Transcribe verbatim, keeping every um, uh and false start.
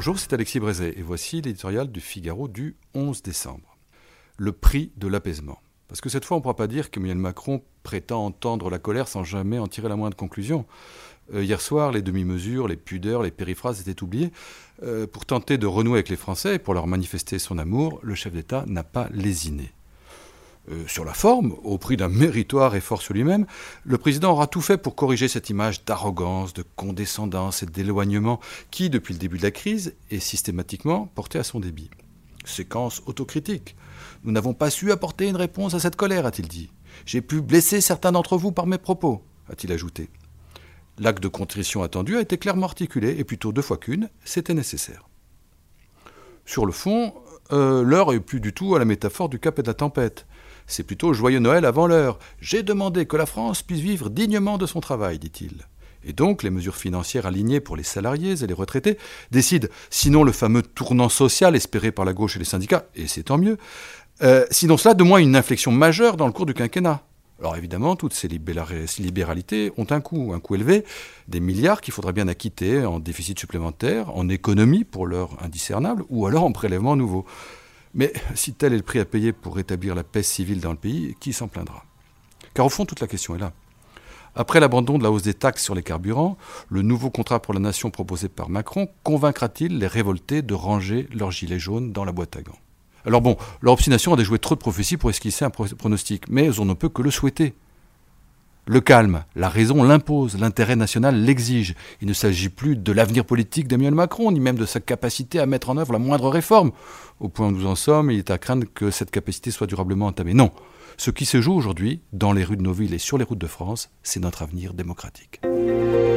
Bonjour, c'est Alexis Brézet et voici l'éditorial du Figaro du onze décembre. Le prix de l'apaisement. Parce que cette fois, on ne pourra pas dire qu'Emmanuel Macron prétend entendre la colère sans jamais en tirer la moindre conclusion. Euh, hier soir, les demi-mesures, les pudeurs, les périphrases étaient oubliées. Euh, pour tenter de renouer avec les Français et pour leur manifester son amour, le chef d'État n'a pas lésiné. Euh, sur la forme, au prix d'un méritoire effort sur lui-même, le président aura tout fait pour corriger cette image d'arrogance, de condescendance et d'éloignement qui, depuis le début de la crise, est systématiquement portée à son débit. Séquence autocritique. « Nous n'avons pas su apporter une réponse à cette colère », a-t-il dit. « J'ai pu blesser certains d'entre vous par mes propos », a-t-il ajouté. L'acte de contrition attendu a été clairement articulé, et plutôt deux fois qu'une, c'était nécessaire. Sur le fond, euh, l'heure n'est plus du tout à la métaphore du cap et de la tempête. C'est plutôt joyeux Noël avant l'heure. « J'ai demandé que la France puisse vivre dignement de son travail », dit-il. Et donc, les mesures financières alignées pour les salariés et les retraités décident, sinon le fameux tournant social espéré par la gauche et les syndicats, et c'est tant mieux, euh, sinon cela, de moins une inflexion majeure dans le cours du quinquennat. Alors évidemment, toutes ces libéralités ont un coût, un coût élevé, des milliards qu'il faudra bien acquitter en déficit supplémentaire, en économie pour l'heure indiscernable, ou alors en prélèvement nouveau. Mais si tel est le prix à payer pour rétablir la paix civile dans le pays, qui s'en plaindra ? Car au fond, toute la question est là. Après l'abandon de la hausse des taxes sur les carburants, le nouveau contrat pour la nation proposé par Macron convaincra-t-il les révoltés de ranger leurs gilets jaunes dans la boîte à gants ? Alors bon, leur obstination a déjoué trop de prophéties pour esquisser un pronostic, mais on ne peut que le souhaiter. Le calme, la raison l'impose, l'intérêt national l'exige. Il ne s'agit plus de l'avenir politique d'Emmanuel Macron, ni même de sa capacité à mettre en œuvre la moindre réforme. Au point où nous en sommes, il est à craindre que cette capacité soit durablement entamée. Non. Ce qui se joue aujourd'hui, dans les rues de nos villes et sur les routes de France, c'est notre avenir démocratique.